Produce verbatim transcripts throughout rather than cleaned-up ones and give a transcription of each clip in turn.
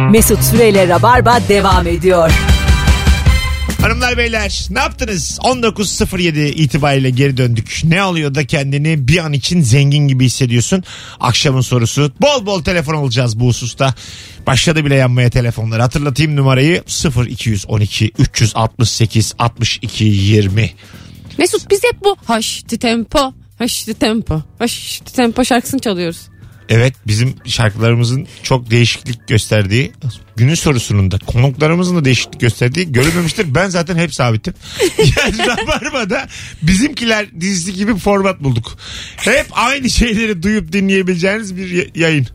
Mesut Süreyle Rabarba devam ediyor. Hanımlar beyler, ne yaptınız? on dokuz sıfır yedi itibariyle geri döndük. Ne alıyor da kendini bir an için zengin gibi hissediyorsun? Akşamın sorusu. Bol bol telefon alacağız bu hususta. Başladı bile yanmaya telefonlar. Hatırlatayım numarayı: sıfır iki on iki üç altı sekiz altmış iki yirmi. Mesut, biz hep bu haşti tempo, haşti tempo, haşti tempo şarkısını çalıyoruz. Evet, bizim şarkılarımızın çok değişiklik gösterdiği, günün sorusunun da konuklarımızın da değişiklik gösterdiği görülmemiştir. Ben zaten hep sabitim. Yani Rabarba'da Bizimkiler dizisi gibi bir format bulduk. Hep aynı şeyleri duyup dinleyebileceğiniz bir yayın.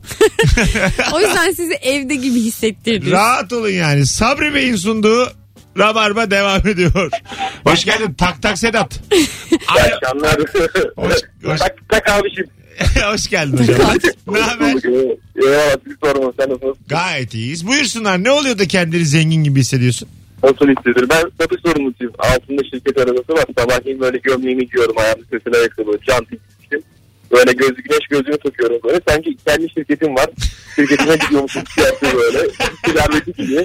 O yüzden sizi evde gibi hissettirdik. Rahat olun yani. Sabri Bey'in sunduğu Rabarba devam ediyor. Hoş geldin Tak Tak Sedat. Akşamlar. Hoş, hoş, Tak tak abiciğim. hoş geldin hocam. Ne haber? Eyvallah, siz sorma, sen nasılsın? Gayet iyiyiz. Buyursunlar, ne oluyor da kendini zengin gibi hissediyorsun? Nasıl hissediyorum? Ben satış sorumlusuyum. Altında şirket arabası var. Sabahleyin böyle gömleğimi giyiyorum. Ayağımın sesine ayakkabı. Çanta gitmiştim. Böyle göz, güneş gözlüğünü takıyorum böyle. Sanki kendi şirketim var. Şirketime gidiyormuşum. Siyasi böyle. Silahbeti gibi.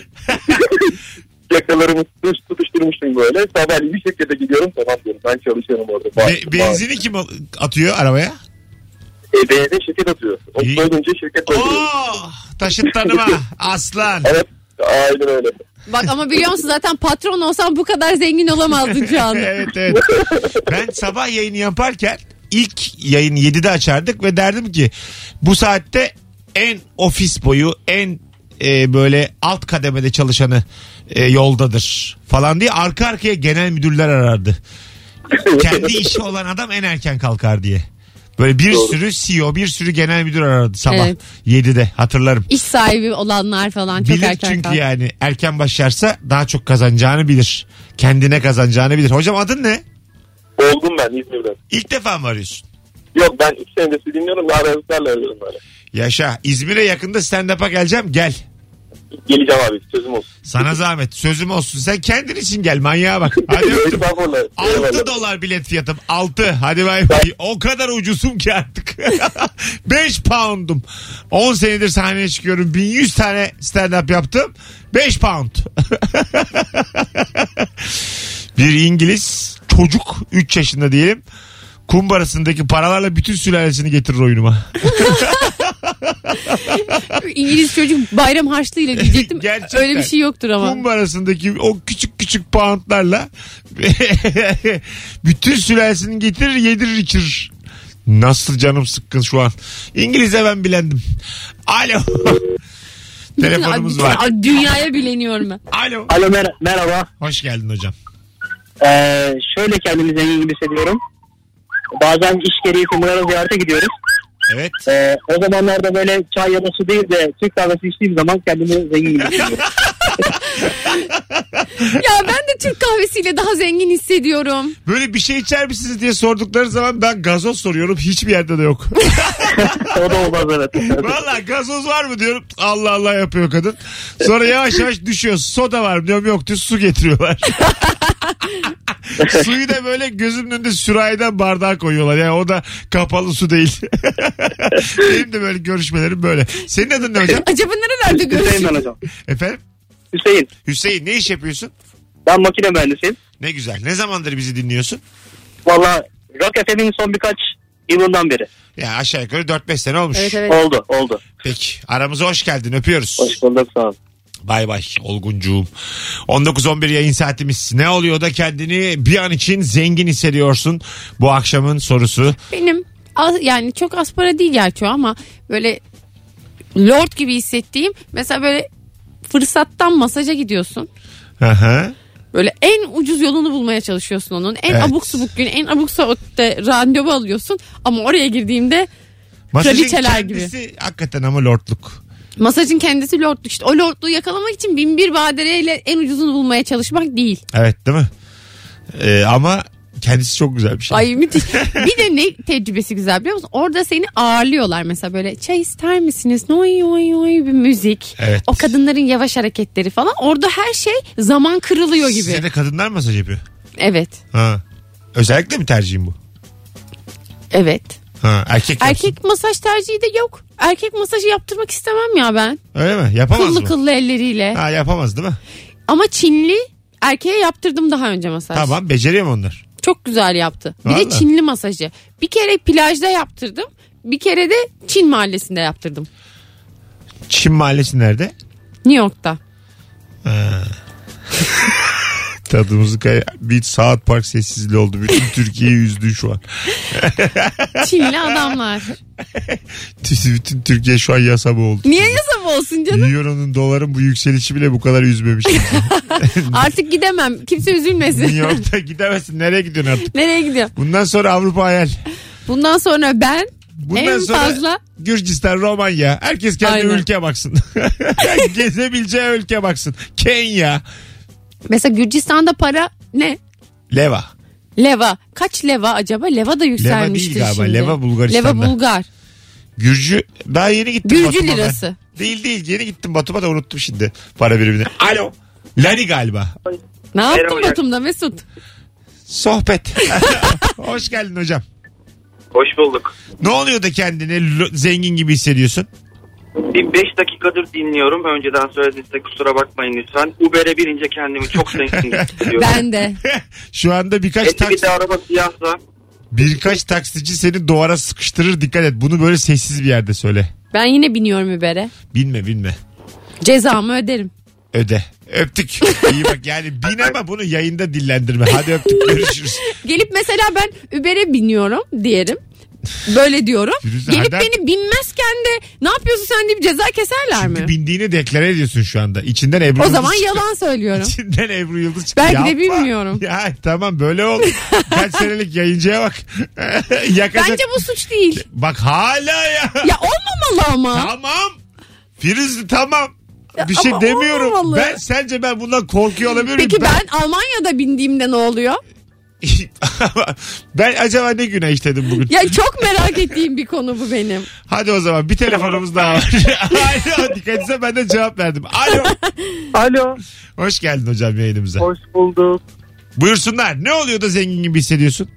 Yakalarımı tutuş, tutuşturmuştum böyle. Sabahleyin bir şirkete gidiyorum. Tamam diyorum. Ben çalışıyorum orada. Be- benzini kim atıyor arabaya? E, benzin şirket atıyor. O önce şirket atıyor. Oh, taşıt tanıma aslan. Evet. Aynen öyle. Bak ama biliyor musun, zaten patron olsan bu kadar zengin olamazdın şu anda. Evet evet. Ben sabah yayını yaparken ilk yayın yedide açardık ve derdim ki bu saatte en ofis boyu, en e, böyle alt kademede çalışanı e, yoldadır falan diye arka arkaya genel müdürler arardı. Kendi işi olan adam en erken kalkar diye. Böyle bir Doğru. sürü C E O, bir sürü genel müdür aradı sabah evet. yedide, hatırlarım. İş sahibi olanlar falan çok bilir erken çünkü kalk. Yani erken başlarsa daha çok kazanacağını bilir. Kendine kazanacağını bilir. Hocam adın ne? Oldum ben İzmir'den. İlk defa mı arıyorsun? Yok, ben üç senedir sizi dinliyorum. Daha aralıklarla arıyorum böyle. Yaşa. İzmir'e yakında stand-up'a geleceğim. Gel. Geleceğim abi, sözüm olsun. Sana zahmet, sözüm olsun. Sen kendin için gel, manyağa bak. Hadi öptüm. altı dolar bilet fiyatım. altı. Hadi bay bay. O kadar ucuzum ki artık. beş poundum. on senedir sahneye çıkıyorum. bin yüz tane stand-up yaptım. beş pound. Bir İngiliz çocuk, üç yaşında diyelim, kumbarasındaki paralarla bütün sülalesini getirir oyunuma. İngiliz çocuk bayram harçlığıyla diyecektim. Gerçekten. Öyle bir şey yoktur ama. Kumbarasındaki o küçük küçük poundlarla bütün sülalesini getirir, yedirir, içirir. Nasıl canım sıkkın şu an. İngilizce ben bilendim. Alo. Telefonumuz var. Dünyaya bileniyorum ben. Alo. Alo mer- merhaba. Hoş geldin hocam. Ee, şöyle kendimi zengin gibi hissediyorum. Bazen iş gereği kumlara ziyarete gidiyoruz. Evet. Ee, o zamanlarda böyle çay ya da su değil de Türk kahvesi içtiğim zaman kendimi zengin gibi hissediyorum. Ya ben de Türk kahvesiyle daha zengin hissediyorum. Böyle bir şey içer misiniz diye sordukları zaman ben gazoz soruyorum. Hiçbir yerde de yok. O da olmaz, evet. Valla gazoz var mı diyorum. Allah Allah yapıyor kadın. Sonra yavaş yavaş düşüyor. Soda var mı diyorum, yok diyor, su getiriyorlar. Suyu da böyle gözümün önünde sürahiden bardağa koyuyorlar. Yani o da kapalı su değil. Benim de böyle görüşmelerim böyle. Senin adın ne hocam? Acaba nerelerde görüşüyorsun? Hüseyin ben hocam. Efendim? Hüseyin. Hüseyin, ne iş yapıyorsun? Ben makine mühendisiyim. Ne güzel. Ne zamandır bizi dinliyorsun? Valla Rock F M'in son birkaç yılından beri. Ya aşağı yukarı dört beş sene olmuş. Evet, evet. Oldu oldu. Peki. Aramıza hoş geldin. Öpüyoruz. Hoş bulduk, sağ ol. Bay bay Olguncuğum. on dokuz on bir yayın saatimiz. Ne oluyor da kendini bir an için zengin hissediyorsun? Bu akşamın sorusu. Benim az, yani çok az para değil gerçi o, ama böyle lord gibi hissettiğim, mesela böyle fırsattan masaja gidiyorsun. Aha. Böyle en ucuz yolunu bulmaya çalışıyorsun onun. En Evet. abuk subuk gün, en abuk saatte randevu alıyorsun. Ama oraya girdiğimde Masajın kraliçeler gibi. kendisi hakikaten ama lordluk. Masajın kendisi lordluk. İşte o lordluğu yakalamak için bin bir badireyle en ucuzunu bulmaya çalışmak değil. Evet, değil mi? Ee, ama kendisi çok güzel bir şey. Ay müthiş. Bir de ne tecrübesi güzel biliyor musun? Orada seni ağırlıyorlar mesela, böyle çay ister misiniz? Noy noy noy bir müzik. Evet. O kadınların yavaş hareketleri falan. Orada her şey zaman kırılıyor gibi. Size de kadınlar masaj yapıyor. Evet. Ha. Özellikle mi tercihim bu? Evet. Ha, erkek yapsın. Erkek masaj tercihi de yok. Erkek masajı yaptırmak istemem ya ben. Öyle mi? Yapamaz Kıllı mı? kıllı elleriyle. Ha, yapamaz değil mi? Ama Çinli erkeğe yaptırdım daha önce masaj. Tamam, beceriyor mu onlar? Çok güzel yaptı. Bir Vallahi. de Çinli masajı. Bir kere plajda yaptırdım. Bir kere de Çin mahallesinde yaptırdım. Çin mahallesi nerede? New York'ta. Ha. Tadımızı kay... Bir saat park sessizliği oldu. Bütün Türkiye'yi üzdü şu an. Çinli adamlar. Bütün Türkiye şu an yasabı oldu. Niye yasabı olsun canım? Euro'nun, doların bu yükselişi bile bu kadar üzmemiştim. Artık gidemem. Kimse üzülmesin. New York'ta gidemezsin. Nereye gidiyorsun artık? Nereye gidiyor? Bundan sonra Avrupa hayal. Bundan sonra ben Bundan en sonra fazla Gürcistan, Romanya. Herkes kendi Aynen. ülke baksın. Gezebileceği ülke baksın. Kenya. mesela Gürcistan'da para ne? Leva. Leva. Kaç leva acaba? Leva da yükselmiştir değil galiba. şimdi. Leva Bulgaristan'da. Leva Bulgar. Gürcü. Daha yeni gittim Gürcü Batum'a ben. lirası. Değil değil. Yeni gittim Batum'a da unuttum şimdi para birimini. Alo. Lani galiba. Ne yaptın Merhaba. Batum'da Mesut? Sohbet. Hoş geldin hocam. Hoş bulduk. Ne oluyor da kendini lo- zengin gibi hissediyorsun? Bir beş dakikadır dinliyorum. Önceden söylediğinizde kusura bakmayın lütfen. Uber'e binince kendimi çok zengin hissediyorum. Ben de. Şu anda birkaç Eski bir taksi, de araba siyahsa. birkaç taksici seni duvara sıkıştırır, dikkat et. Bunu böyle sessiz bir yerde söyle. Ben yine biniyorum Uber'e. Binme binme. Cezamı öderim. Öde. Öptük. İyi bak, yani bin ama bunu yayında dillendirme. Hadi öptük, görüşürüz. Gelip mesela ben Uber'e biniyorum diyelim. Böyle diyorum. Firuze, Gelip hadi. beni binmezken de ne yapıyorsun sen deyip ceza keserler Çünkü mi? bindiğini deklare ediyorsun şu anda. İçinden Ebru O Yıldız zaman çıkıyor. yalan söylüyorum. İçinden Ebru Yıldız çıkıyor. Belki de Yapma. bilmiyorum. Ya tamam, böyle oldu. Kaç senelik yayıncıya bak. Yakacak. Bence bu suç değil. Bak hala ya. Ya olmamalı ama. Tamam. Firuze tamam. Ya Bir şey ama demiyorum. olmamalı. Ben sence ben bundan korkuyor olabilirim. Peki ben Almanya'da bindiğimde ne oluyor? ben acaba ne günah işledim bugün? Ya çok merak ettiğim bir konu bu benim. Hadi o zaman bir telefonumuz daha var. Alo, dikkat etse ben de cevap verdim. Alo. Alo. Hoş geldin hocam yayınımıza. Hoş bulduk. Buyursunlar. Ne oluyor da zengin gibi hissediyorsun?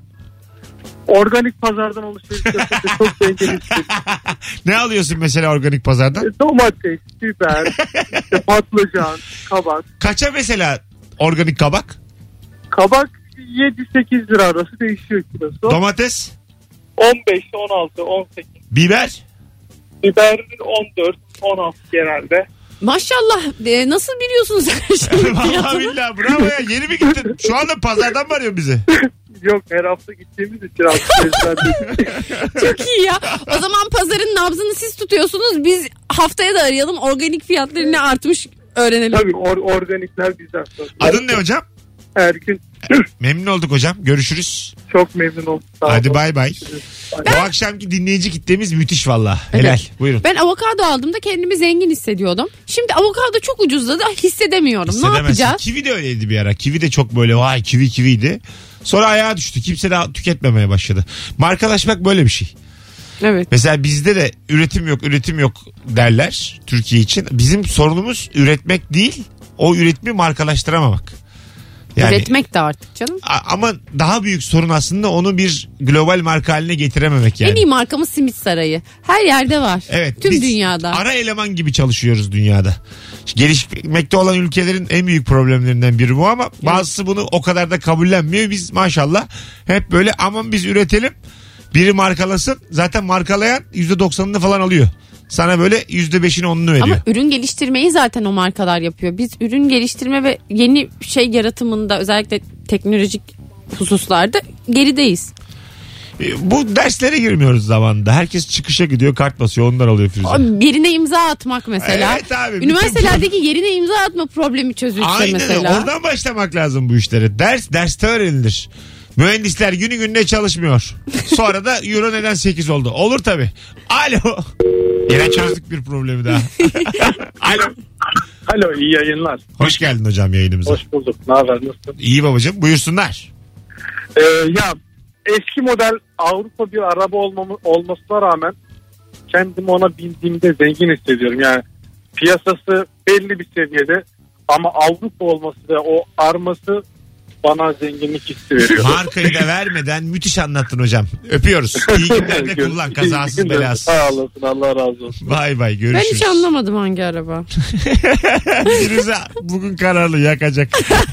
Organik pazardan alışveriş yapınca çok zengin hissediyorum. Ne alıyorsun mesela organik pazardan? Domates, biber, işte patlıcan, kabak. Kaça mesela organik kabak? Kabak yedi sekiz lira arası değişiyor kilosu. Domates? on beş, on altı, on sekiz. Biber? Biber on dört, on altı genelde. Maşallah e, nasıl biliyorsunuz her şeyi? Vallahi billahi bravo ya. Yeni mi gittin? Şu anda pazardan mı arıyorsun bizi? Yok, her hafta gittiğimiz için alışverişten. Çok iyi ya. O zaman pazarın nabzını siz tutuyorsunuz. Biz haftaya da arayalım. Organik fiyatları ne artmış öğrenelim. Tabii or- organikler bizden sonra. Adın ne hocam? Her gün Memnun olduk hocam. Görüşürüz. çok memnun oldum. Sağ olun. Hadi bay bay. O akşamki dinleyici kitlemiz müthiş valla. Helal. Evet. Buyurun. Ben avokado aldığımda kendimi zengin hissediyordum. Şimdi avokado çok ucuzladı, hissedemiyorum. Ne Hissedemezsin. yapacağız? Kivi de öyleydi bir ara. Kivi de çok böyle vay kivi kiviydi. Sonra ayağa düştü. Kimse daha tüketmemeye başladı. Markalaşmak böyle bir şey. Evet. Mesela bizde de üretim yok, üretim yok derler Türkiye için. Bizim sorunumuz üretmek değil, o üretimi markalaştıramamak. Yani, Üretmek de artık canım. a- ama daha büyük sorun aslında onu bir global marka haline getirememek yani. En iyi markamız Simit Sarayı. Her yerde var. Evet, Tüm biz dünyada. ara eleman gibi çalışıyoruz dünyada. Gelişmekte olan ülkelerin en büyük problemlerinden biri bu ama bazısı bunu o kadar da kabullenmiyor. Biz maşallah hep böyle aman biz üretelim. Biri markalasın. Zaten markalayan yüzde doksanını falan alıyor. Sana böyle yüzde beşini onunu veriyor. Ama ürün geliştirmeyi zaten o markalar yapıyor. Biz ürün geliştirme ve yeni şey yaratımında özellikle teknolojik hususlarda gerideyiz. E, Bu derslere girmiyoruz zamanında. Herkes çıkışa gidiyor, kart basıyor, ondan alıyor Firuze. O Yerine imza atmak mesela. Evet abi, bütün Üniversitelerdeki yerine imza atma problemi çözülse Aynen mesela. oradan başlamak lazım bu işlere. Ders derste öğrenilir. Mühendisler günü gününe çalışmıyor. Sonra da euro neden sekiz oldu? Olur tabii. Alo. Yine çözdük bir problemi daha. Alo. Alo, iyi yayınlar. Hoş geldin hocam yayınımıza. Hoş bulduk. Ne haber, nasılsın? İyi babacığım, buyursunlar. Ee, ya eski model Avrupa bir araba olmamı, olmasına rağmen kendimi ona bindiğimde zengin hissediyorum. Yani piyasası belli bir seviyede ama Avrupa olması ve o arması bana zenginlik hissi veriyor. Markayı da vermeden müthiş anlattın hocam. Öpüyoruz. İyi günlerde kullan. Kazasız belasız. Sağ olasın, Allah razı olsun. Bay bay, Ben görüşürüz. hiç anlamadım hangi araba. Firuze bugün kararlı yakacak.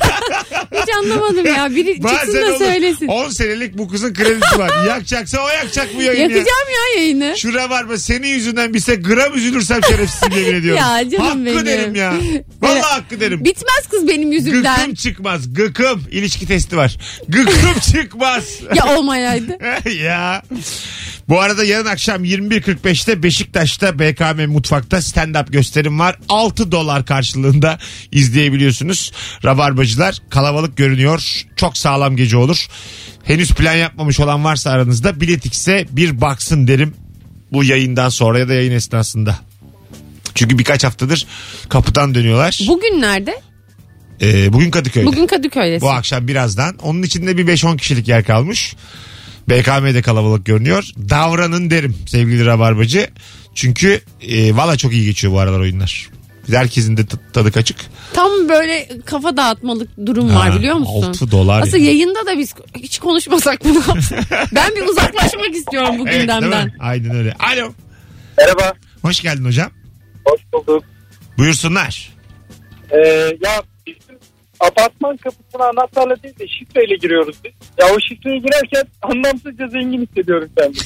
Hiç anlamadım ya. Biri çıksın Bazen da olur. söylesin. on senelik bu kızın kredisi var. Yakacaksa o yakacak bu yayını. Yakacağım ya. ya yayını. Şura var mı? Senin yüzünden bilse gram üzülürsem şerefsizim yemin ediyorum. Ya canım hakkı benim. derim ya. Vallahi hakkı derim. Bitmez kız benim yüzümden. Gıkım çıkmaz. Gıkım. İlişki testi var. Gıkım çıkmaz. Ya olmayaydı. Ya. Bu arada yarın akşam yirmi bir kırk beşte Beşiktaş'ta B K M Mutfak'ta stand-up gösterim var. altı dolar karşılığında izleyebiliyorsunuz. Rabarbacılar kalabalık görünüyor. Çok sağlam gece olur. Henüz plan yapmamış olan varsa aranızda Bilet X'e bir baksın derim bu yayından sonra ya da yayın esnasında. Çünkü birkaç haftadır kapıdan dönüyorlar. Bugün nerede? Ee, bugün Kadıköy'de. Bugün Kadıköy'desin. Bu akşam birazdan. Onun içinde bir beş on kişilik yer kalmış. B K M'de kalabalık görünüyor. Davranın derim sevgili Rabarbacı. Çünkü e, valla çok iyi geçiyor bu aralar oyunlar. Herkesin de t- tadı kaçık. Tam böyle kafa dağıtmalık durum var Ha, biliyor musun? altı dolar Aslında ya. yayında da biz hiç konuşmasak mı? Ben bir uzaklaşmak istiyorum bu Evet, değil gündemden. mi? Aynen öyle. Alo. Merhaba. Hoş geldin hocam. Hoş bulduk. Buyursunlar. Ee, ya bizim apartman kapısına anahtarla değil de şifreyle giriyoruz biz. Ya o şifreye girerken anlamsızca zengin hissediyorum kendimi.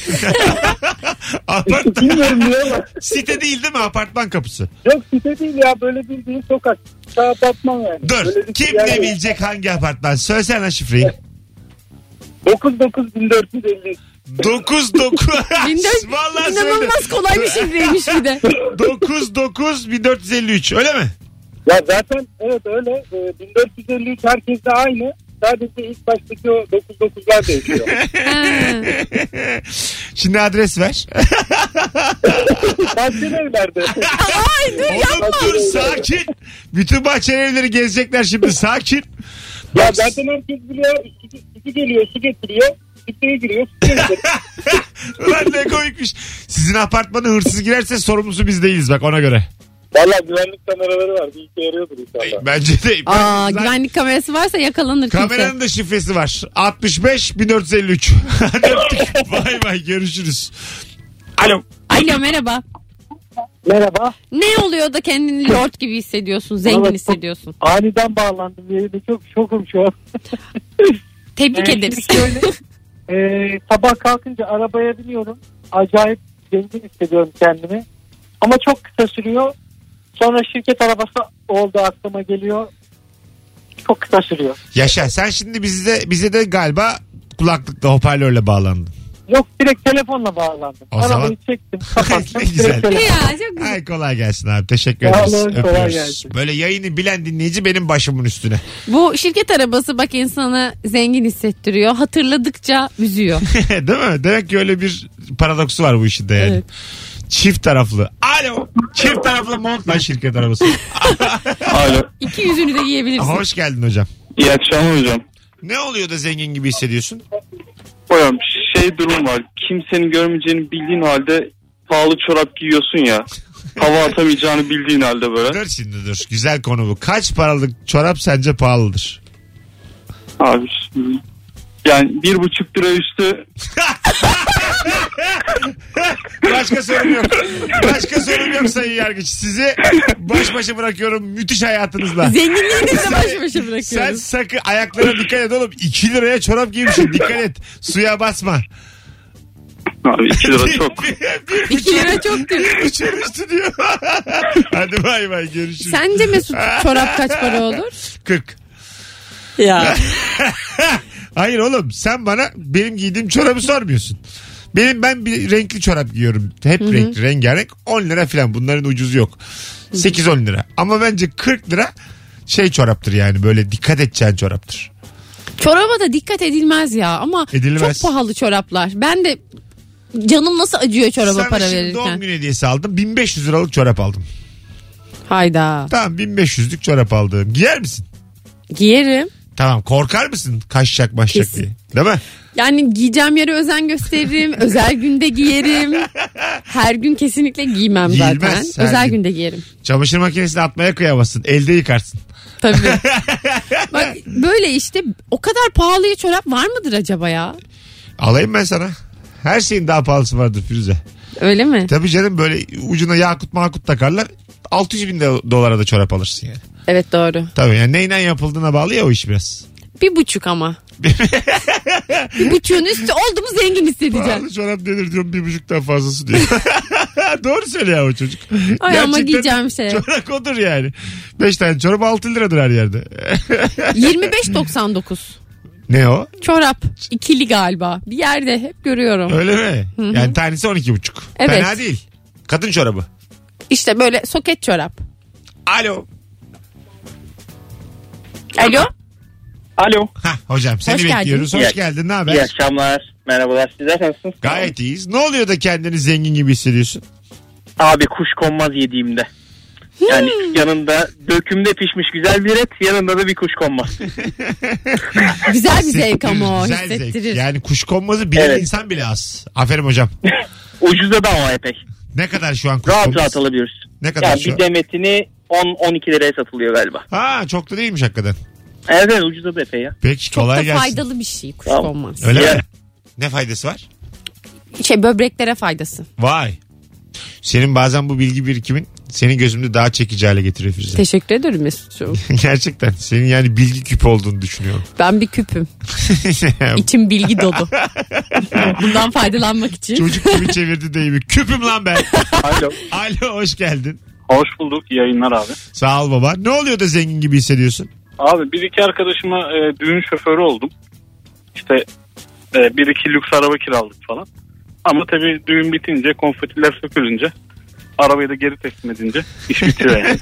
Apartman. Bilmiyorum niye ama. Site değil değil mi apartman kapısı? Yok site değil ya, böyle bildiğin sokak. Sağ apartman yani. Dur. Böyle bir Kim şey yani. ne bilecek hangi apartman? Söylesene şifreyi. dokuz dokuz bin dört yüz elli. dokuz dokuz. bin dört yüz Vallahi söyle. İnanılmaz kolay bir şifreymiş bir de. dokuz dokuz bin dört yüz elli üç öyle mi? Ya zaten evet öyle. Ee, bin dört yüz elli üç herkeste aynı. Sadece ilk baştaki o dokuz dokuzlar değişiyor. Şimdi adres ver. Bahçeli evlerde. Ay dur Oğlum dur sakin. Bütün bahçeli evleri gezecekler şimdi sakin. Ya zaten herkes biliyor. Su, su geliyor, su getiriyor. Siteye giriyor, su getiriyor. Ulan ne koymuş. Sizin apartmana hırsız girerse sorumlusu biz değiliz bak ona göre. Valla güvenlik kameraları var. Bir işe yarıyordur inşallah. Bence de. Aa, Zaten güvenlik kamerası varsa yakalanır kimse. kameranın da şifresi var. altmış beş bin dört yüz elli üç. Hadi öptük. Bay bay görüşürüz. Alo. Alo merhaba. Merhaba. Ne oluyor da kendini lord gibi hissediyorsun, zengin Evet, hissediyorsun? Aniden bağlandım. Yayında çok şokum şu an. Tebrik Ee, ederiz. ederiz. Şöyle, e, sabah kalkınca arabaya biniyorum. Acayip zengin hissediyorum kendimi. Ama çok kısa sürüyor. Sonra şirket arabası oldu aklıma geliyor. Çok kısa sürüyor. Yaşa sen şimdi bize, bize de galiba kulaklıkla hoparlörle bağlandın. Yok, direkt telefonla bağlandım. O Arabayı zaman- çektim, kapattım. Ne güzel. direkt telefon. Ya çok güzel. Ay kolay gelsin abi teşekkür Sağ ederiz. olun, kolay Öpüyoruz. gelsin. Böyle yayını bilen dinleyici benim başımın üstüne. Bu şirket arabası bak insanı zengin hissettiriyor. Hatırladıkça üzüyor. Değil mi? Demek ki öyle bir paradoksu var bu işin de yani. Evet. Çift taraflı. Alo. Çift taraflı mont lan şirket arabası. Alo. İki yüzünü de yiyebilirsin. Hoş geldin hocam. İyi akşamlar hocam. Ne oluyor da zengin gibi hissediyorsun? Hocam şey durum var. Kimsenin görmeyeceğini bildiğin halde pahalı çorap giyiyorsun ya. Hava atamayacağını bildiğin halde böyle. Dur şimdi dur. Güzel konu bu. Kaç paralık çorap sence pahalıdır? Abi şimdi yani bir buçuk lira üstü. Başka sorum yok. Başka sorum yok sayın yargıç. Sizi baş başa bırakıyorum müthiş hayatınızla. Zenginliğinizi baş başa Sen bırakıyoruz. sakın ayaklara dikkat et oğlum. iki liraya çorap giymişsin. Dikkat et. Suya basma. Abi iki lira çok. İki lira çok diyor. Uçurmuştu diyor. Hadi bay bay görüşürüz. Sence Mesut çorap kaç para olur? kırk. Ya. Hayır oğlum sen bana benim giydiğim çorabı sormuyorsun. Benim ben bir renkli çorap giyiyorum. Hep Hı-hı. renkli rengarenk. on lira falan bunların ucuzu yok. sekiz on lira. Ama bence kırk lira şey çoraptır yani böyle dikkat edeceğin çoraptır. Çoraba da dikkat edilmez ya ama Edilmez. çok pahalı çoraplar. Ben de canım nasıl acıyor çoraba Sana para şimdi doğum verirken. günü hediyesi aldım. bin beş yüz liralık çorap aldım. Hayda. Tamam bin beş yüzlük çorap aldım. Giyer misin? Giyerim. Tamam korkar mısın kaşacak maşacak Kesin. diye. Değil mi? Yani giyeceğim yere özen gösteririm. Özel günde giyerim. Her gün kesinlikle giymem Giyilmez, zaten. her Özel gün. günde giyerim. Çamaşır makinesine atmaya kıyamazsın. Elde yıkarsın. Tabii. Bak böyle işte o kadar pahalıya çorap var mıdır acaba ya? Alayım ben sana. Her şeyin daha pahalısı vardır Firuze. Öyle mi? Tabii canım, böyle ucuna yakut makut takarlar. altı yüz bin dolara da çorap alırsın yani. Evet doğru. Tabii yani neyle yapıldığına bağlı ya o iş biraz. Bir buçuk ama. Bir buçuğun üstü oldu mu zengin hissedeceksin. Pahalı çorap nedir diyorum, bir buçuktan fazlası diyor. Doğru söylüyor ya o çocuk. Ay ama giyeceğim şey. Çorak odur yani. Beş tane çorap altı liradır her yerde. yirmi beş doksan dokuz. Ne o? Çorap. İkili galiba. Bir yerde hep görüyorum. Öyle mi? Hı-hı. Yani tanesi on iki buçuk. Evet. Fena değil. Kadın çorabı. İşte böyle soket çorap. Alo. Alo. Alo. Hah, hocam seni Hoş bekliyoruz. geldin. Hoş geldin. Ne haber? İyi akşamlar. Merhabalar. Sizler nasılsınız? Gayet iyiyiz. Ne oluyor da kendini zengin gibi hissediyorsun? Abi kuş konmaz yediğimde. Yani yanında dökümde pişmiş güzel bir et, yanında da bir kuş konmaz. Güzel bir zevk ama o. Güzel Hissettirir. zevk. Yani kuşkonmazı bilen Evet. insan bile az. Aferin hocam. Ucuza da ama epey. Ne kadar şu an Rahat kuşkonmaz? rahat alabiliyoruz. Ne kadar Yani şu bir an? demetini on on iki liraya satılıyor galiba. Ha, çok da değilmiş hakikaten. Evet, evet ucuza da epey ya. Peki, Çok kolay da gelsin. faydalı bir şey kuş Tamam. konmaz. Öyle Ya. mi? Ne faydası var? Şey böbreklere faydası. Vay. Senin bazen bu bilgi birikimin senin gözümde daha çekici hale getiriyor Firuze. Teşekkür ederim Mesut'cuğum. Gerçekten. Senin yani bilgi küpü olduğunu düşünüyorum. Ben bir küpüm. İçim bilgi dolu. Bundan faydalanmak için. Çocuk gibi çevirdi deyimi. Küpüm lan ben. Alo. Alo, hoş geldin. Hoş bulduk. İyi yayınlar abi. Sağ ol baba. Ne oluyor da zengin gibi hissediyorsun? Abi bir iki arkadaşıma e, düğün şoförü oldum. İşte e, bir iki lüks araba kiraladık falan. Ama tabii düğün bitince, konfetiler sökülünce, arabayı da geri teslim edince iş bitiyor yani.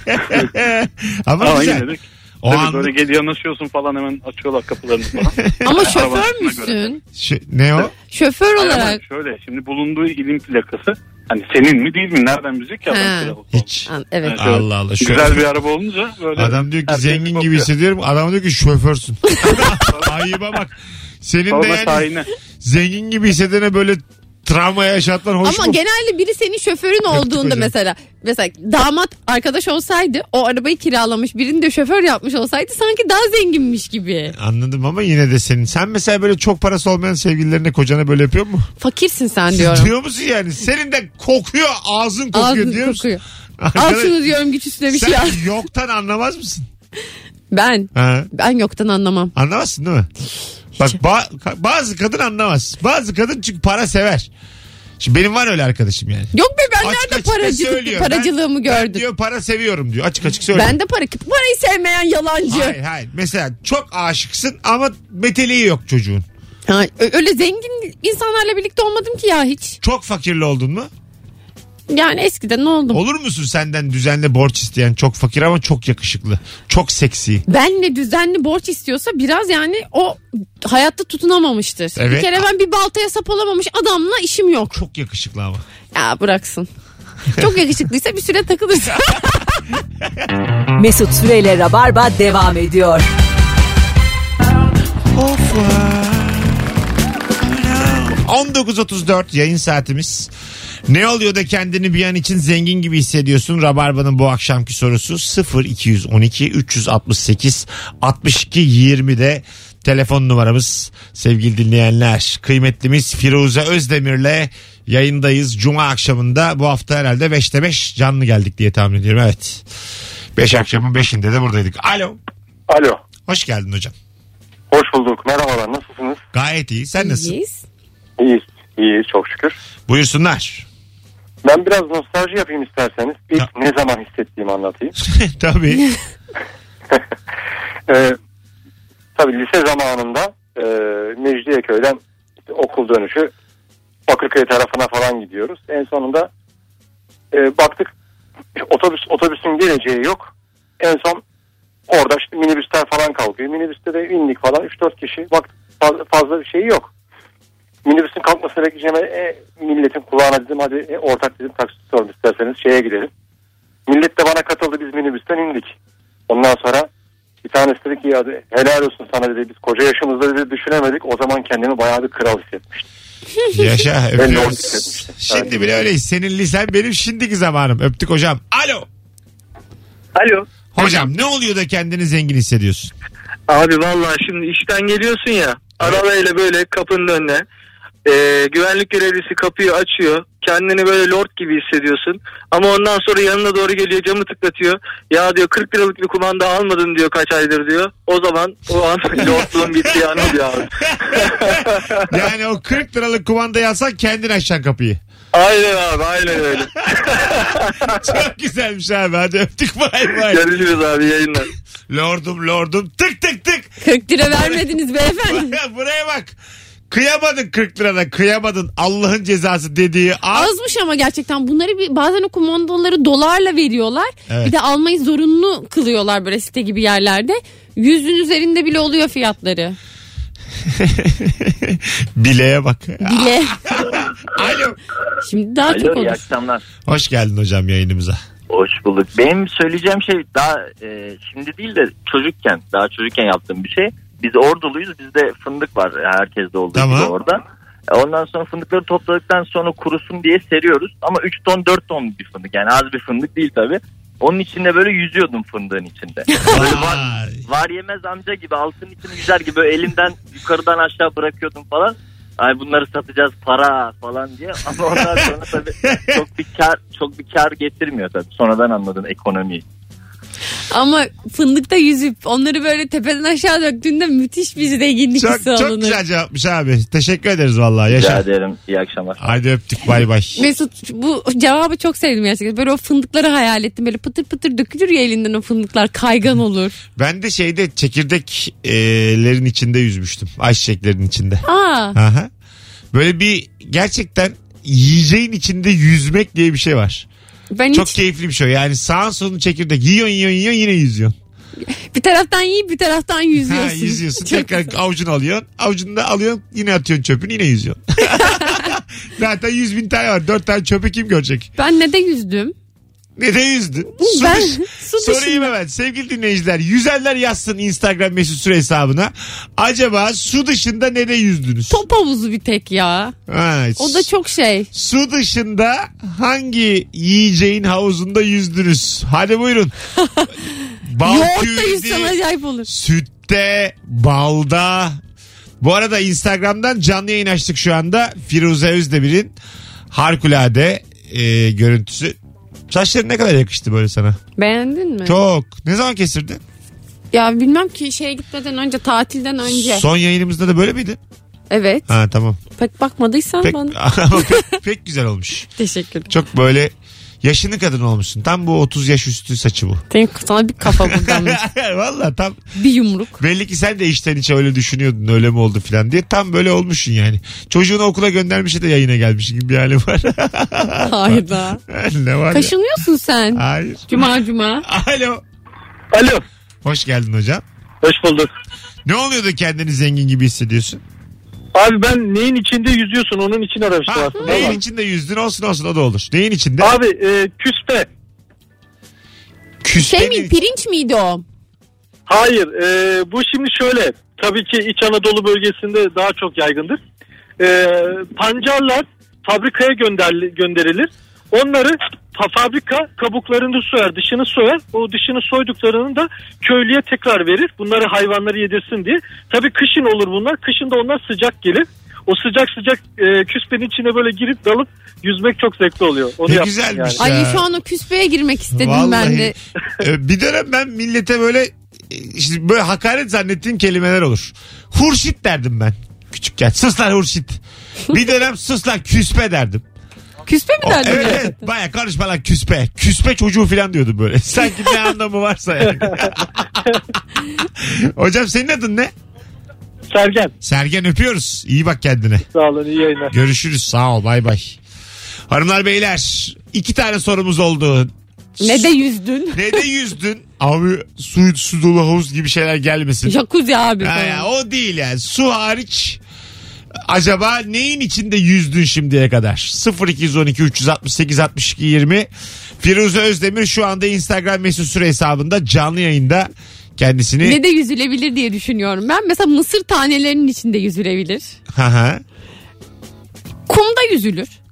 Ama, Ama güzel. yine de O tabii an... böyle gel yanaşıyorsun falan, hemen açıyorlar kapılarını falan. Ama şoför Arabasına göre. müsün? Şu- ne o? Şoför Hayır, ama olarak. şöyle şimdi bulunduğu ilin plakası hani senin mi değil mi, nereden bilecek ya Ha. adam kiralık. Hiç. An- Evet. Evet. Allah Allah. Şu... Güzel bir araba olunca böyle. Adam diyor ki herkes zengin gibi bakıyor. hissediyorum. Adam diyor ki şoförsün. Ayıba bak. Senin de Sonra yani şahine. zengin gibi hissedene böyle travma yaşatman hoş Ama mu? genelde biri senin şoförün olduğunda hocam. mesela mesela damat arkadaş olsaydı o arabayı kiralamış birini de şoför yapmış olsaydı sanki daha zenginmiş gibi. Anladım ama yine de senin. Sen mesela böyle çok parası olmayan sevgililerine, kocana böyle yapıyor mu? Fakirsin sen diyorum. Diyor musun yani? Senin de kokuyor, ağzın kokuyor Ağzın diyor musun? kokuyor. Al Arkadaş, şunu diyorum güç üstüne bir sen şey al. yoktan anlamaz mısın? Ben Ha, ben yoktan anlamam. anlamazsın değil mi? Bak ba- ka- bazı kadın anlamaz. Bazı kadın çünkü para sever. Şimdi benim var öyle arkadaşım yani. Yok be ben Açık nerede açık da paracılık, söylüyor. paracılığımı Ben- gördüm. Ben diyor para seviyorum diyor. Açık açık söylüyor. Ben de para parayı sevmeyen yalancı. Hayır hayır. Mesela çok aşıksın ama meteliği yok çocuğun. Ha, ö- öyle zengin insanlarla birlikte olmadım ki ya hiç. Çok fakirli oldun mu? Yani eskiden ne oldum? Olur musun senden düzenli borç isteyen, çok fakir ama çok yakışıklı, çok seksi? Benle düzenli borç istiyorsa biraz yani o hayatta tutunamamıştır. Evet. Bir kere ben bir baltaya sap olamamış adamla işim yok. Çok yakışıklı ama. Ya bıraksın. Çok yakışıklıysa bir süre takılırsın. Mesut Süreyle Rabarba devam ediyor. Of. on dokuz otuz dört yayın saatimiz. Ne oluyor da kendini bir an için zengin gibi hissediyorsun? Rabarba'nın bu akşamki sorusu sıfır iki on iki üç altı sekiz altmış iki yirmide telefon numaramız sevgili dinleyenler. Kıymetlimiz Firuze Özdemir'le yayındayız. Cuma akşamında bu hafta herhalde beşte beş canlı geldik diye tahmin ediyorum. Evet. beş akşamın beşinde de buradaydık. Alo. Alo. Hoş geldin hocam. Hoş bulduk. Merhabalar. Nasılsınız? Gayet iyi. Sen nasılsın? İyiyiz. İyiyiz. İyiyiz çok şükür. Buyursunlar. Ben biraz nostalji yapayım isterseniz. İlk Ya. ne zaman hissettiğimi anlatayım. Tabii. Ee, tabii lise zamanında e, Mecidiyeköy'den işte okul dönüşü Bakırköy tarafına falan gidiyoruz. En sonunda e, baktık otobüs otobüsün geleceği yok. En son orada işte minibüsler falan kalkıyor. Minibüste de indik falan üç dört kişi. Bak fazla, fazla bir şey yok. Minibüsün kalkmasını bekleyeceğime e, milletin kulağına dedim hadi e, ortak dedim taksi sorun isterseniz şeye gidelim. Millet de bana katıldı, biz minibüsten indik. Ondan sonra bir tanesi dedi ki ya helal olsun sana dedi, biz koca yaşımızda dedi düşünemedik, o zaman kendimi bayağı bir kral hissetmiştim. Yaşa, Ben de orada öpüyoruz. hissetmiştim. Şimdi Evet. bile öyleyiz. Senin lisen benim şimdiki zamanım. Öptük hocam. Alo. Alo. Hocam ne oluyor da kendini zengin hissediyorsun? Abi vallahi şimdi işten geliyorsun ya, arabayla böyle kapının önüne, e, güvenlik görevlisi kapıyı açıyor, kendini böyle lord gibi hissediyorsun ama ondan sonra yanına doğru geliyor, camı tıklatıyor, ya diyor kırk liralık bir kumanda almadın diyor kaç aydır diyor, o zaman o an lordluğun bittiği an oluyor abi. Yani o kırk liralık kumandayı alsan kendin açacaksın kapıyı. Aynen abi, aynen öyle. Çok güzelmiş abi, hadi öptük, bay bay. Görüşürüz abi, yayınlar. Lordum lordum tık tık tık. kırk lira vermediniz beyefendi. Buraya bak. Kıyamadın kırk lirada, kıyamadın, Allah'ın cezası dediği an. Azmış ama gerçekten bunları bir, bazen o kumandaları dolarla veriyorlar. Evet. Bir de almayı zorunlu kılıyorlar böyle site gibi yerlerde. Yüzün üzerinde bile oluyor fiyatları. Bileye bak. Bile. Alo. Şimdi daha çok Alo, iyi olur. akşamlar. Hoş geldin hocam yayınımıza. Hoş bulduk. Benim söyleyeceğim şey daha e, şimdi değil de çocukken, daha çocukken yaptığım bir şey. Biz Orduluyuz. Bizde fındık var. Herkeste olduğu Tamam. gibi orada. E, Ondan sonra fındıkları topladıktan sonra kurusun diye seriyoruz. Ama üç ton dört ton bir fındık. Yani az bir fındık değil tabii. Onun içinde böyle yüzüyordum fındığın içinde. Böyle var, Vay. var yemez amca gibi altın içini yüzer gibi böyle elimden yukarıdan aşağı bırakıyordum falan. Ay bunları satacağız para falan diye, ama ondan sonra tabii çok bir kar çok bir kar getirmiyor tabii. Sonradan anladım ekonomiyi. Ama fındıkta yüzüp onları böyle tepeden aşağı döktüğünde müthiş bir zenginlik Çok, hissi çok alınır. güzel cevapmış abi. Teşekkür ederiz vallahi. Rica Yaşa. ederim. İyi akşamlar. Hadi öptük, bay bay. Mesut, bu cevabı çok sevdim gerçekten. Böyle o fındıkları hayal ettim. Böyle pıtır pıtır dökülür ya elinden o fındıklar. Kaygan olur. Ben de şeyde çekirdeklerin içinde yüzmüştüm. Ayçiçeklerin içinde. Aa, Aha. Böyle bir gerçekten yiyeceğin içinde yüzmek diye bir şey var. ben Çok hiç keyifli bir şey. Yani sağın solun çekirdek. Yiyorsun yiyorsun yiyorsun yine yüzüyorsun. bir taraftan yiyip bir taraftan yüzüyorsun. Ha, yüzüyorsun. Çok Tekrar güzel. avucunu alıyorsun. Avucunu alıyorsun. Yine atıyorsun çöpünü, yine yüzüyorsun. Zaten yüz bin tane var. Dört tane çöpü kim görecek? Ben ne de yüzdüm. Ne de yüzdün? Su Ben dış- su Sorayım dışında. hemen. Sevgili dinleyiciler, yüzenler yazsın Instagram mesut süre hesabına. Acaba su dışında ne de yüzdünüz? Top havuzu bir tek ya. Ha, O da çok şey. Su dışında hangi yiyeceğin havuzunda yüzdünüz? Hadi buyurun. Bal Yoğurtla küveti, yüzsen acayip olur. sütte, balda. Bu arada Instagram'dan canlı yayın açtık şu anda. Firuze Özdemir'in harikulade e, görüntüsü. Saçların ne kadar yakıştı böyle sana. Beğendin mi? Çok. Ne zaman kestirdin? Ya bilmem ki şeye gitmeden önce, tatilden önce. Son yayınımızda da böyle miydi? Evet. Ha tamam. Pek bakmadıysan Pek, bana. ama pek, pek güzel olmuş. Teşekkür ederim. Çok böyle yaşını kadın olmuşsun. Tam bu otuz yaş üstü saçı bu. Senin sana bir kafa buradan. Valla tam Bir yumruk. belli ki sen de içten içe öyle düşünüyordun, öyle mi oldu filan diye. Tam böyle olmuşsun yani. Çocuğunu okula göndermiş de yayına gelmiş gibi bir hali var. Hayda. Ne var ya? Kaşınıyorsun sen. Hayır. Cuma cuma. Alo. Alo. Hoş geldin hocam. Hoş bulduk. Ne oluyor da kendini zengin gibi hissediyorsun? Abi ben neyin içinde yüzüyorsun onun için aramıştım Ha, aslında. neyin ama. içinde yüzdün, olsun olsun, o da olur. Neyin içinde? Abi e, küspe. Küspenin... Şey mi, pirinç miydi o? Hayır, e, bu şimdi şöyle. Tabii ki İç Anadolu bölgesinde daha çok yaygındır. E, pancarlar fabrikaya gönder, gönderilir. Onları fa- fabrika kabuklarını soyar, dışını soyar. O dışını soyduklarını da köylüye tekrar verir. Bunları hayvanları yedirsin diye. Tabii kışın olur bunlar. Kışın da onlar sıcak gelir. O sıcak sıcak e, küspenin içine böyle girip dalıp yüzmek çok zevkli oluyor. Onu Ne yaptım güzelmiş. yani. Ya. Ay şu an o küspeye girmek istedim Vallahi. ben de. Ee, bir dönem ben millete böyle e, işte böyle hakaret zannettiğim kelimeler olur. Hurşit derdim ben küçükken. Sus lan hurşit. Bir dönem sus lan küspe derdim. Küspe mi O, derdin? evet, gerçekten? evet baya karışma lan küspe. Küspe çocuğu falan diyordu böyle. Sanki ne anlamı varsa yani. Hocam senin adın ne? Sergen. Sergen, öpüyoruz. İyi bak kendine. Sağ olun, iyi yayınlar. Görüşürüz. Sağ ol. Bay bay. Hanımlar beyler, iki tane sorumuz oldu. Ne de yüzdün? Ne de yüzdün? Abi su, su dolu havuz gibi şeyler gelmesin. Jacuzzi abi. Ha falan. ya, o değil yani. Su hariç acaba neyin içinde yüzdün şimdiye kadar? sıfır iki on iki üç altı sekiz altmış iki yirmi Firuze Özdemir şu anda Instagram mesut süre hesabında canlı yayında kendisini... Ne de yüzülebilir diye düşünüyorum. Ben mesela mısır tanelerinin içinde yüzülebilir. Ha ha. Kumda yüzülür.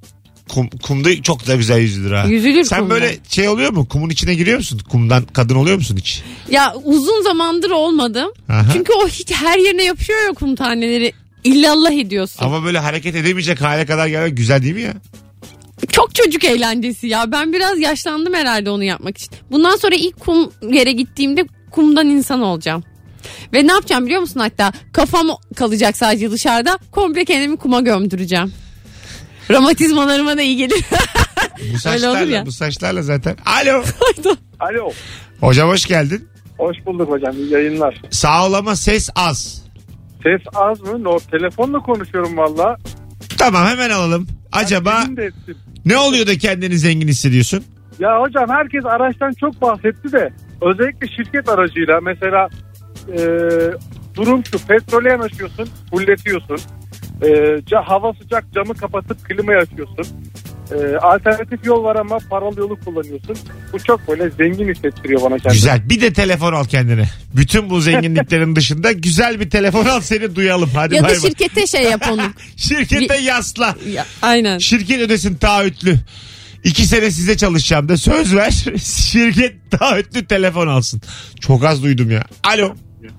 kum, kumda çok da güzel yüzülür ha. Yüzülür Sen kumda. böyle şey oluyor mu? Kumun içine giriyor musun? Kumdan kadın oluyor musun hiç? Ya uzun zamandır olmadım. Aha. Çünkü o hiç her yerine yapışıyor ya kum taneleri. İllallah ediyorsun. Ama böyle hareket edemeyecek hale kadar gelmek güzel değil mi ya? Çok çocuk eğlencesi ya. Ben biraz yaşlandım herhalde onu yapmak için. Bundan sonra ilk kum yere gittiğimde kumdan insan olacağım. Ve ne yapacağım biliyor musun hatta? Kafam kalacak sadece dışarıda. Komple kendimi kuma gömdüreceğim. Romatizmalarıma da iyi gelir. Bu Öyle olur saçlarla, ya. bu saçlarla zaten. Alo. Alo. Hocam hoş geldin. Hoş bulduk hocam. İyi yayınlar. Sağ ol ama ses az. Ses az mı? No, telefonla konuşuyorum valla. Tamam hemen alalım. Acaba Benim de ettim. ne oluyor da kendini zengin hissediyorsun? Ya hocam herkes araçtan çok bahsetti de özellikle şirket aracıyla mesela e, durum şu, petrole yanaşıyorsun, fulletiyorsun. E, ca, hava sıcak, camı kapatıp klimayı açıyorsun. E, alternatif yol var ama paralı yolu kullanıyorsun. Bu çok böyle zengin hissettiriyor bana kendimi. Güzel. Bir de telefon al kendine. Bütün bu zenginliklerin dışında güzel bir telefon al, seni duyalım. Hadi Ya da bay bay. şirkete şey yap onu. Şirkete yasla. Ya, aynen. Şirket ödesin taahhütlü. İki sene size çalışacağım da söz ver. Şirket taahhütlü telefon alsın. Çok az duydum ya. Alo.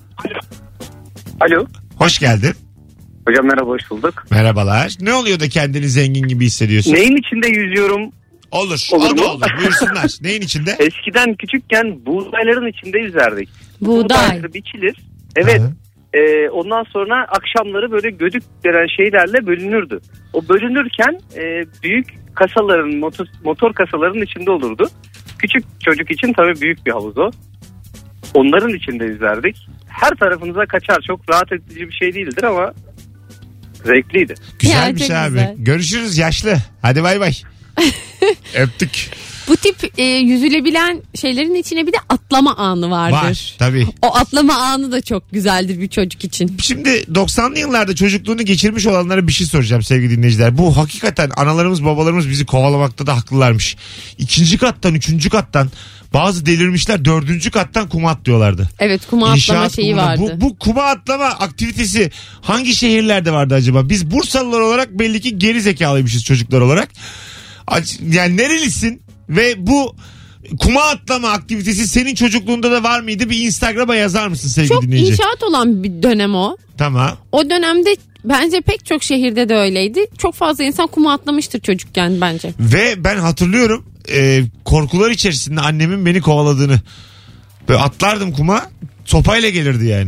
Alo. Hoş geldin. Hocam merhaba, hoş bulduk. Merhabalar. Ne oluyor da kendini zengin gibi hissediyorsun? Neyin içinde yüzüyorum? Olur. Olur o da mu? olur. Buyursunlar. Neyin içinde? Eskiden küçükken buğdayların içinde yüzerdik. Buğday. Biçilir. Evet. Aha. E, ondan sonra akşamları böyle gödük denen şeylerle bölünürdü. O bölünürken e, büyük kasaların, motor, motor kasaların içinde olurdu. Küçük çocuk için tabii büyük bir havuz o. Onların içinde yüzerdik. Her tarafınıza kaçar. Çok rahat edici bir şey değildir ama zevkliydi. Güzelmiş Ya, çok abi. güzel. Görüşürüz yaşlı. Hadi bay bay. Öptük. Bu tip e, yüzülebilen şeylerin içine bir de atlama anı vardır. Var tabii. O atlama anı da çok güzeldir bir çocuk için. Şimdi doksanlı yıllarda çocukluğunu geçirmiş olanlara bir şey soracağım sevgili dinleyiciler. Bu hakikaten analarımız babalarımız bizi kovalamakta da haklılarmış. İkinci kattan, üçüncü kattan, bazı delirmişler dördüncü kattan kuma atlıyorlardı. Evet, kuma atlama İnşaat şeyi kumuna. vardı. Bu, bu kuma atlama aktivitesi hangi şehirlerde vardı acaba? Biz Bursalılar olarak belli ki geri zekalıymışız çocuklar olarak. Yani nerelisin ve bu kuma atlama aktivitesi senin çocukluğunda da var mıydı? Bir Instagram'a yazar mısın sevgili Çok dinleyici? inşaat olan bir dönem o. Tamam. O dönemde bence pek çok şehirde de öyleydi. Çok fazla insan kuma atlamıştır çocukken bence. Ve ben hatırlıyorum e, korkular içerisinde annemin beni kovaladığını. Böyle atlardım kuma, sopayla gelirdi yani.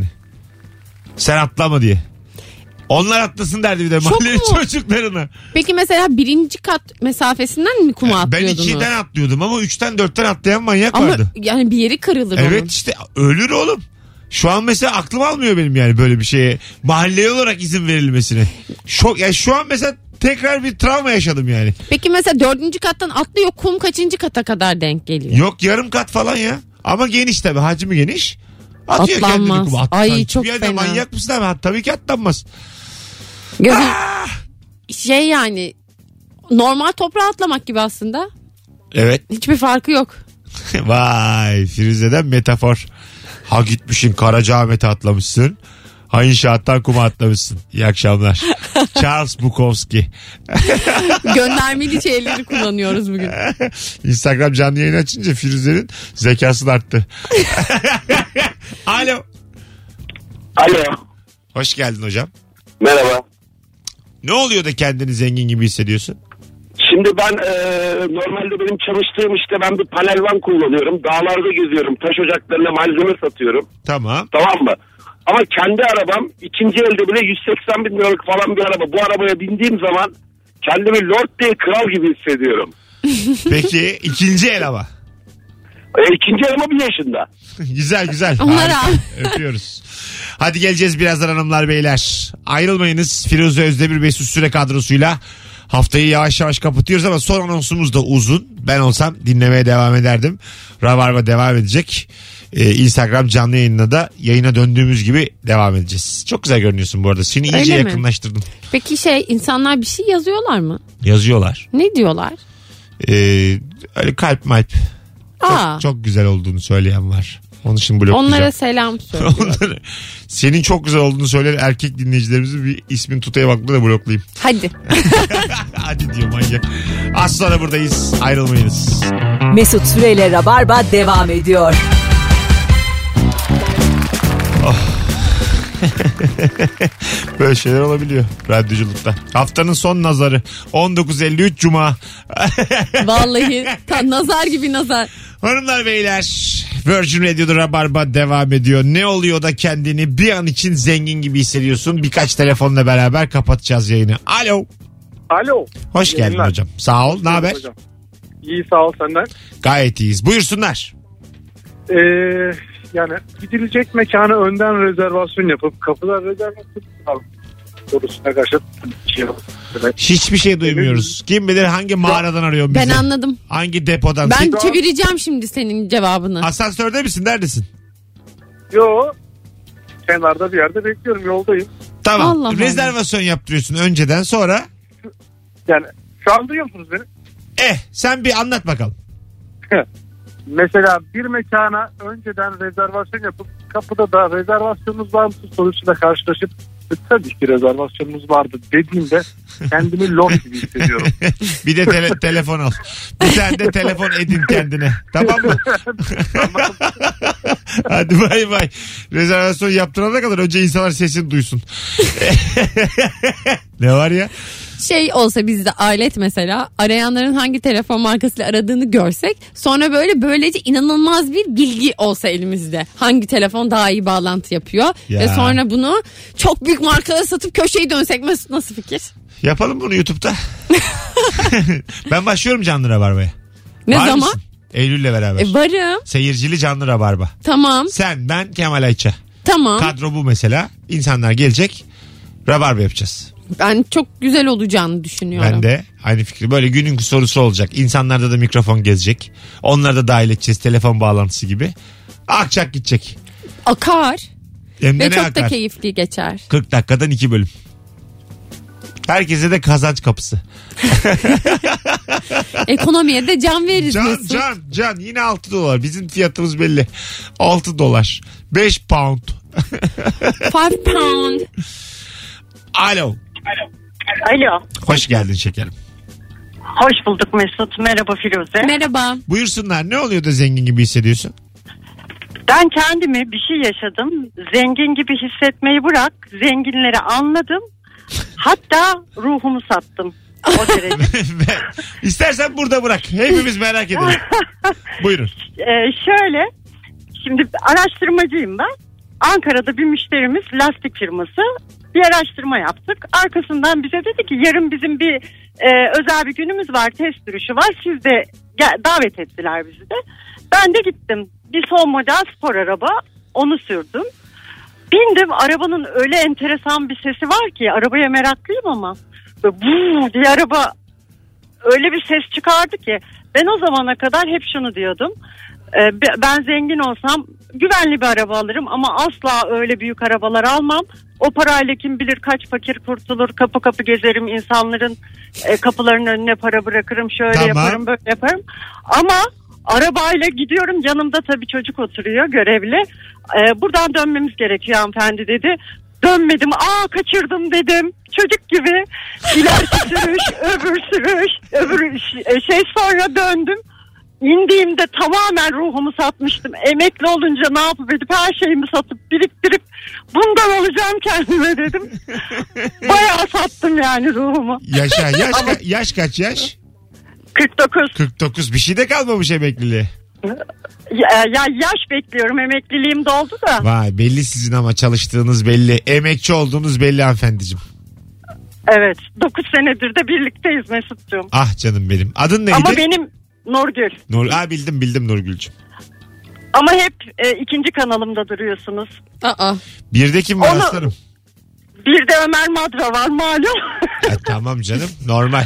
Sen atlama diye. Onlar atlasın derdi bir de Çok mahalle mu? çocuklarına. Peki mesela birinci kat mesafesinden mi kuma Ben atlıyordunuz? ikiden atlıyordum ama üçten dörtten atlayan manyak Ama vardı. yani bir yeri kırılır Evet onun. işte ölür oğlum. Şu an mesela aklım almıyor benim yani böyle bir şeye. Mahalleye olarak izin verilmesine. Şu, yani şu an mesela tekrar bir travma yaşadım yani. Peki mesela dördüncü kattan atlıyor, kum kaçıncı kata kadar denk geliyor? Yok yarım kat falan ya. Ama geniş tabii, hacmi geniş. Atıyor Atlanmaz. kendini kuma. At- Ay, Hiçbir çok yerde fena. manyak mısın abi? Ha, tabii ki atlanmaz. Gözüm, şey yani normal toprağa atlamak gibi aslında. Evet. Hiçbir farkı yok. Vay Firuze'den metafor. Ha gitmişsin Karacaahmet'e atlamışsın. Ha inşaattan kuma atlamışsın. İyi akşamlar. Charles Bukowski. Göndermeli şeyleri kullanıyoruz bugün. Instagram canlı yayını açınca Firuze'nin zekası da arttı. Alo. Alo. Hoş geldin hocam. Merhaba. Ne oluyor da kendini zengin gibi hissediyorsun? Şimdi ben e, normalde benim çalıştığım işte ben bir panel van kullanıyorum. Dağlarda geziyorum. Taş ocaklarına malzeme satıyorum. Tamam. Tamam mı? Ama kendi arabam ikinci elde bile yüz seksen bin liralık falan bir araba. Bu arabaya bindiğim zaman kendimi Lord diye kral gibi hissediyorum. Peki ikinci el ama. E, ikinci araba bir yaşında. Güzel güzel. Onlar Harika. abi. Öpüyoruz. Hadi geleceğiz birazdan hanımlar beyler. Ayrılmayınız. Firuze Özdemir Mesut Süre kadrosuyla haftayı yavaş yavaş kapatıyoruz ama son anonsumuz da uzun. Ben olsam dinlemeye devam ederdim. Rabarba devam edecek. Ee, Instagram canlı yayınına da yayına döndüğümüz gibi devam edeceğiz. Çok güzel görünüyorsun bu arada. Seni iyice Öyle mi? yakınlaştırdım. Peki şey, insanlar bir şey yazıyorlar mı? Yazıyorlar. Ne diyorlar? Ee, öyle kalp malp. Aa. Çok, çok güzel olduğunu söyleyen var. Onun için bloklayacağım. Onlara selam söyle. Onları, senin çok güzel olduğunu söyleyen erkek dinleyicilerimizin bir ismin tutaya bakma da bloklayayım. Hadi. Hadi diyor manyak. Az sonra buradayız. Ayrılmayınız. Mesut Süreyle Rabarba devam ediyor. Oh. Böyle şeyler olabiliyor radyoculukta. Haftanın son nazarı on dokuz elli üç Cuma. Vallahi ta, nazar gibi nazar. Hanımlar beyler, Virgin Radio'da Rabarba devam ediyor. Ne oluyor da kendini bir an için zengin gibi hissediyorsun? Birkaç telefonla beraber kapatacağız yayını. Alo. Alo. Hoş geldin Yayınlar. hocam. Sağ ol. Ne haber? Hocam. İyi sağ ol senden. Gayet iyiyiz. Buyursunlar. Ee, yani gidilecek mekana önden rezervasyon yapıp kapıda rezervasyon yapıp sorusuna karşı şey Hiçbir şey duymuyoruz. Kim bilir hangi mağaradan arıyor bizi? Ben anladım. Hangi depodan? Ben Sen... çevireceğim şimdi senin cevabını. Asansörde misin? Neredesin? Yo. Kenarda bir yerde bekliyorum. Yoldayım. Tamam. Allah Allah. Rezervasyon yaptırıyorsun önceden, sonra? Yani şu an duyuyor musunuz beni? Eh sen bir anlat bakalım. Mesela bir mekana önceden rezervasyon yapıp kapıda da rezervasyonunuz var mı sorusuyla karşılaşıp e, tabii ki rezervasyonumuz vardı dediğimde kendimi loş gibi hissediyorum. Bir de tele- telefon al. Bir tane de telefon edin kendine. Tamam mı? Hadi bay bay. Rezervasyon yaptırana kadar önce insanlar sesini duysun. Ne var ya? Şey olsa bizde alet mesela, arayanların hangi telefon markasıyla aradığını görsek, sonra böyle böylece inanılmaz bir bilgi olsa elimizde. Hangi telefon daha iyi bağlantı yapıyor Ya. ve sonra bunu çok büyük markalara satıp köşeyi dönsek Mesut, nasıl fikir? Yapalım bunu YouTube'da. Ben başlıyorum canlı Rabarba'ya. Ne Var zaman? mısın? Eylül'le beraber. E varım. Seyircili canlı Rabarba. Tamam. Sen, ben, Kemal Ayça. Tamam. Kadro bu mesela. İnsanlar gelecek. Rabarba yapacağız. Ben çok güzel olacağını düşünüyorum. Ben de aynı fikri. Böyle günün sorusu olacak. İnsanlarda da mikrofon gezecek. Onları da dahil edeceğiz. Telefon bağlantısı gibi. Akacak gidecek. Akar. Hem de Ve ne çok akar? da keyifli geçer. kırk dakikadan iki bölüm. Herkese de kazanç kapısı. Ekonomiye de can veririz Can Mesut. can can yine altı dolar. Bizim fiyatımız belli. altı dolar. beş pound. Five pound. Alo. Alo. Hoş geldin şekerim. Hoş bulduk Mesut. Merhaba Firuze. Merhaba. Buyursunlar. Ne oluyor da zengin gibi hissediyorsun? Ben kendimi bir şey yaşadım. Zengin gibi hissetmeyi bırak. Zenginleri anladım. Hatta ruhumu sattım. O derece. İstersen burada bırak. Hepimiz merak edelim. Buyurun. Ee, şöyle. Şimdi araştırmacıyım ben. Ankara'da bir müşterimiz, lastik firması, bir araştırma yaptık. Arkasından bize dedi ki yarın bizim bir e, özel bir günümüz var, test sürüşü var. Siz de gel, davet ettiler bizi de. Ben de gittim. Bir son model spor araba, onu sürdüm. Bindim, arabanın öyle enteresan bir sesi var ki, arabaya meraklıyım ama böyle buuu diye araba öyle bir ses çıkardı ki ben o zamana kadar hep şunu diyordum. E, ben zengin olsam güvenli bir araba alırım ama asla öyle büyük arabalar almam. O parayla kim bilir kaç fakir kurtulur, kapı kapı gezerim, insanların e, kapılarının önüne para bırakırım, şöyle Tamam. yaparım, böyle yaparım. Ama arabayla gidiyorum, yanımda tabii çocuk oturuyor, görevli. E, buradan dönmemiz gerekiyor hanımefendi dedi. Dönmedim, aa kaçırdım dedim. Çocuk gibi ilerisi sürüş, öbür sürüş, öbür şey, sonra döndüm. İndiğimde tamamen ruhumu satmıştım. Emekli olunca ne yapıp edip her şeyimi satıp biriktirip bundan olacağım kendime dedim. Bayağı sattım yani ruhumu. Yaşa. Yaş, ka- yaş kaç yaş? kırk dokuz. kırk dokuz. Bir şey de kalmamış emekliliğe. Ya, ya yaş bekliyorum, emekliliğim doldu da. Vay, belli sizin ama çalıştığınız belli. Emekçi olduğunuz belli hanımefendiciğim. Evet, dokuz senedir de birlikteyiz Mesut'cum. Ah canım benim. Adın neydi? Ama benim Nurgül. Nur, aa, bildim bildim Nurgül'cüm. Ama hep e, ikinci kanalımda duruyorsunuz. Aa. Birde kim var Onu- aslanım? Bir de Ömer Madra var malum. Ya, tamam canım, normal.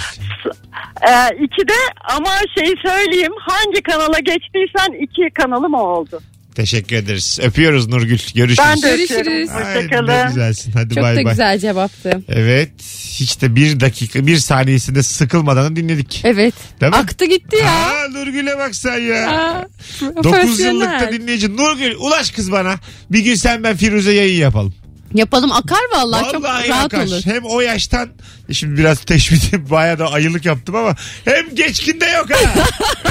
Ee, iki de ama şey söyleyeyim, hangi kanala geçtiysen iki kanalım o oldu. Teşekkür ederiz. Öpüyoruz Nurgül. Görüşürüz. Ben de Görüşürüz. öpüyorum. Ay, ne Hoşçakalın. güzelsin. Hadi Çok bay da bay. güzel cevaptı. Evet. Hiç de bir dakika bir saniyesinde sıkılmadan dinledik. Evet. Değil mi? Aktı gitti ya. Aa, Nurgül'e bak sen ya. Aa, dokuz profesyonel. yıllıkta dinleyici. Nurgül ulaş kız bana. Bir gün sen ben Firuze yayın yapalım. Yapalım, akar vallahi, çok Vallahi rahat akar. olur. Hem o yaştan şimdi biraz teşbih bayağı da ayılık yaptım ama hem geçkinde yok ha.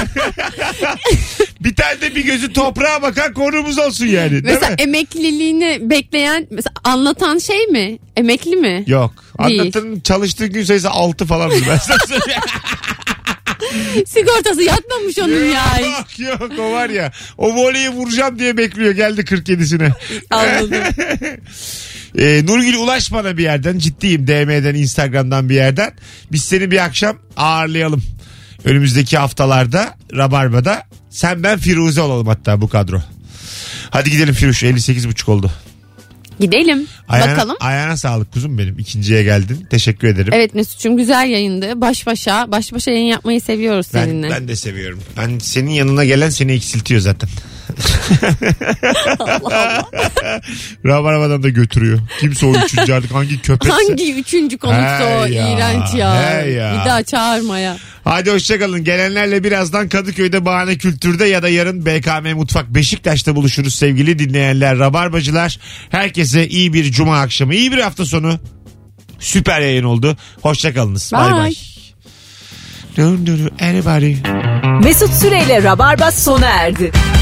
Bir tane de bir gözü toprağa bakan konuğumuz olsun yani. Değil Mesela mi? emekliliğini bekleyen, mesela anlatan şey mi? Emekli mi? Yok. Değil. Anlatanın çalıştığı gün sayısı altı falan. Ben sana söyleyeyim. Sigortası yatmamış onun ya. Yok yok o var ya. O voleyi vuracağım diye bekliyor. Geldi kırk yedisine. Anladım. Ee, Nurgül ulaş bana bir yerden. Ciddiyim. D M'den, Instagram'dan bir yerden. Biz seni bir akşam ağırlayalım. Önümüzdeki haftalarda Rabarba'da. Sen ben Firuze olalım hatta bu kadro. Hadi gidelim Firuş. elli sekiz buçuk oldu. Gidelim. Ayağına, Bakalım. ayağına sağlık kuzum benim. İkinciye geldin. Teşekkür ederim. Evet Mesut'cum, güzel yayındı. Baş başa, baş başa yayın yapmayı seviyoruz Ben, seninle. ben de seviyorum. Ben senin yanına gelen seni eksiltiyor zaten. Allah Allah. Rabarba'dan da götürüyor. Kimse o üçüncü artık hangi köpekse. Hangi üçüncü konuksa o, Hey ya, iğrenç ya. hey ya. Bir daha çağırma ya. Hadi hoşçakalın. Gelenlerle birazdan Kadıköy'de Bahane Kültür'de ya da yarın B K M Mutfak Beşiktaş'ta buluşuruz sevgili dinleyenler. Rabarbacılar, herkese iyi bir cuma akşamı, iyi bir hafta sonu. Süper yayın oldu. Hoşçakalınız. Bay Bye. bay. Everybody. Mesut Süreyle Rabarba sona erdi.